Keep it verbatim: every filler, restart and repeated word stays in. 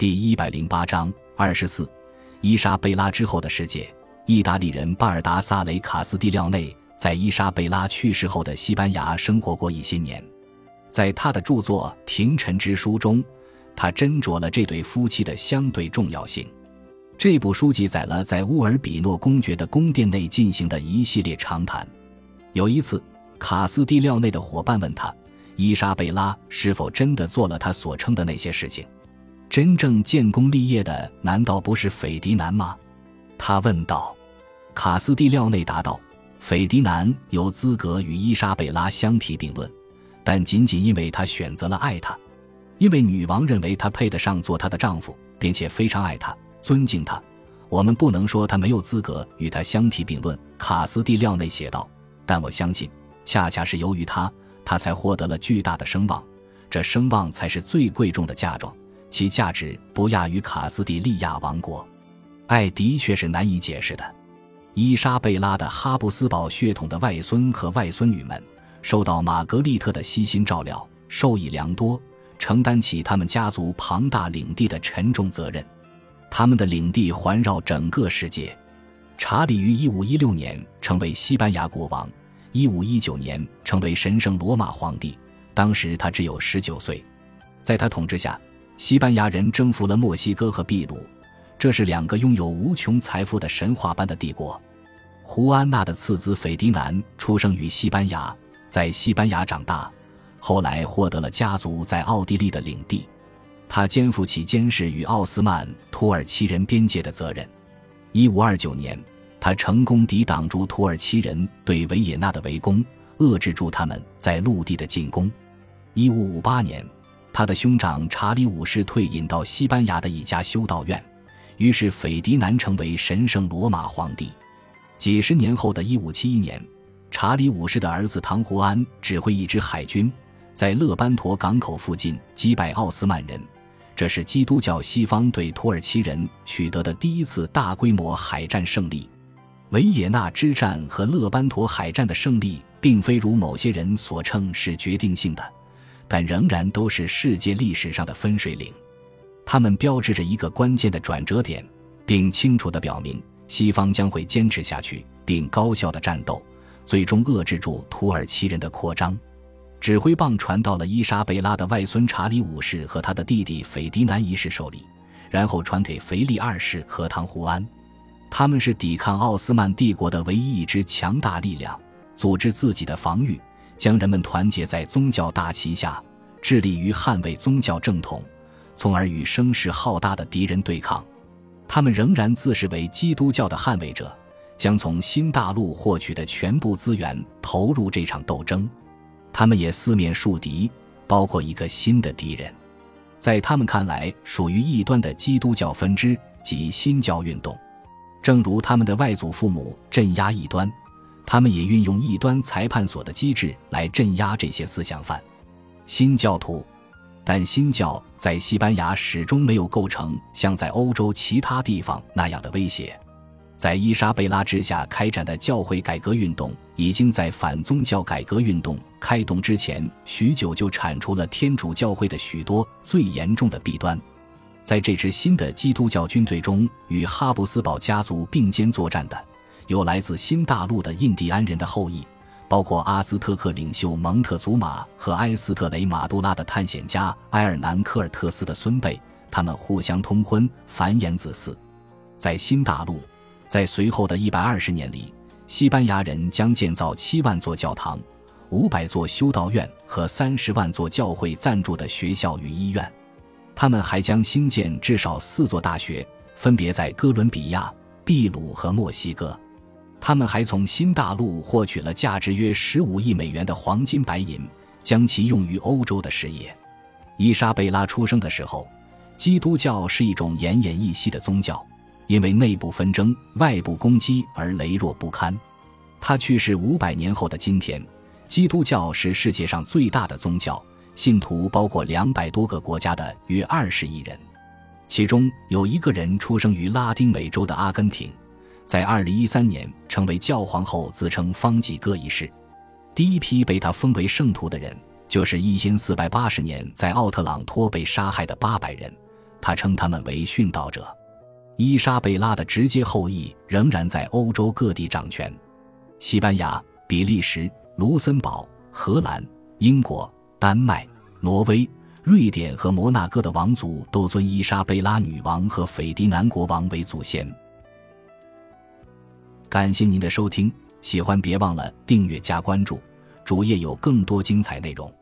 第一百零八章二十四，伊莎贝拉之后的世界。意大利人巴尔达萨雷·卡斯蒂廖内在伊莎贝拉去世后的西班牙生活过一些年，在他的著作《廷臣之书》中，他斟酌了这对夫妻的相对重要性。这部书记载了在乌尔比诺公爵的宫殿内进行的一系列长谈。有一次，卡斯蒂廖内的伙伴问他，伊莎贝拉是否真的做了他所称的那些事情？真正建功立业的难道不是斐迪南吗？他问道。卡斯蒂廖内答道，斐迪南有资格与伊莎贝拉相提并论，但仅仅因为他选择了爱她，因为女王认为他配得上做她的丈夫，并且非常爱她，尊敬她，我们不能说他没有资格与她相提并论。卡斯蒂廖内写道，但我相信恰恰是由于他，他才获得了巨大的声望，这声望才是最贵重的嫁妆，其价值不亚于卡斯蒂利亚王国。爱的确是难以解释的。伊莎贝拉的哈布斯堡血统的外孙和外孙女们受到玛格丽特的悉心照料，受益良多，承担起他们家族庞大领地的沉重责任。他们的领地环绕整个世界。查理于一五一六年成为西班牙国王，一五一九年成为神圣罗马皇帝，当时他只有十九岁。在他统治下，西班牙人征服了墨西哥和秘鲁，这是两个拥有无穷财富的神话般的帝国。胡安娜的次子斐迪南出生于西班牙，在西班牙长大，后来获得了家族在奥地利的领地。他肩负起监视与奥斯曼土耳其人边界的责任。一五二九年，他成功抵挡住土耳其人对维也纳的围攻，遏制住他们在陆地的进攻。一五五八年，他的兄长查理五世退隐到西班牙的一家修道院，于是斐迪南成为神圣罗马皇帝。几十年后的一五七一年，查理五世的儿子唐胡安指挥一支海军，在勒班陀港口附近击败奥斯曼人，这是基督教西方对土耳其人取得的第一次大规模海战胜利。维也纳之战和勒班陀海战的胜利并非如某些人所称是决定性的，但仍然都是世界历史上的分水岭。它们标志着一个关键的转折点，并清楚地表明西方将会坚持下去并高效地战斗，最终遏制住土耳其人的扩张。指挥棒传到了伊莎贝拉的外孙查理五世和他的弟弟斐迪南一世手里，然后传给腓力二世和唐胡安。他们是抵抗奥斯曼帝国的唯一一支强大力量，组织自己的防御，将人们团结在宗教大旗下，致力于捍卫宗教正统，从而与声势浩大的敌人对抗。他们仍然自视为基督教的捍卫者，将从新大陆获取的全部资源投入这场斗争。他们也四面树敌，包括一个新的敌人，在他们看来属于异端的基督教分支及新教运动。正如他们的外祖父母镇压异端，他们也运用异端裁判所的机制来镇压这些思想犯。新教徒，但新教在西班牙始终没有构成像在欧洲其他地方那样的威胁。在伊莎贝拉之下开展的教会改革运动，已经在反宗教改革运动开动之前许久就铲除了天主教会的许多最严重的弊端。在这支新的基督教军队中，与哈布斯堡家族并肩作战的有来自新大陆的印第安人的后裔，包括阿兹特克领袖蒙特祖马和埃斯特雷马杜拉的探险家埃尔南科尔特斯的孙辈，他们互相通婚，繁衍子嗣。在新大陆，在随后的一百二十年里，西班牙人将建造七万座教堂、五百座修道院和三十万座教会赞助的学校与医院。他们还将兴建至少四座大学，分别在哥伦比亚、秘鲁和墨西哥。他们还从新大陆获取了价值约十五亿美元的黄金白银，将其用于欧洲的事业。伊莎贝拉出生的时候，基督教是一种奄奄一息的宗教，因为内部纷争、外部攻击而羸弱不堪。他去世五百年后的今天，基督教是世界上最大的宗教，信徒包括两百多个国家的约二十亿人。其中有一个人出生于拉丁美洲的阿根廷，在二零一三年成为教皇后自称方济各一世。第一批被他封为圣徒的人，就是一千四百八十年在奥特朗托被杀害的八百人， 他称他们为殉道者。伊莎贝拉的直接后裔仍然在欧洲各地掌权，西班牙、比利时、卢森堡、荷兰、英国、丹麦、挪威、瑞典和摩纳哥的王族都尊伊莎贝拉女王和斐迪南国王为祖先。感谢您的收听，喜欢别忘了订阅加关注，主页有更多精彩内容。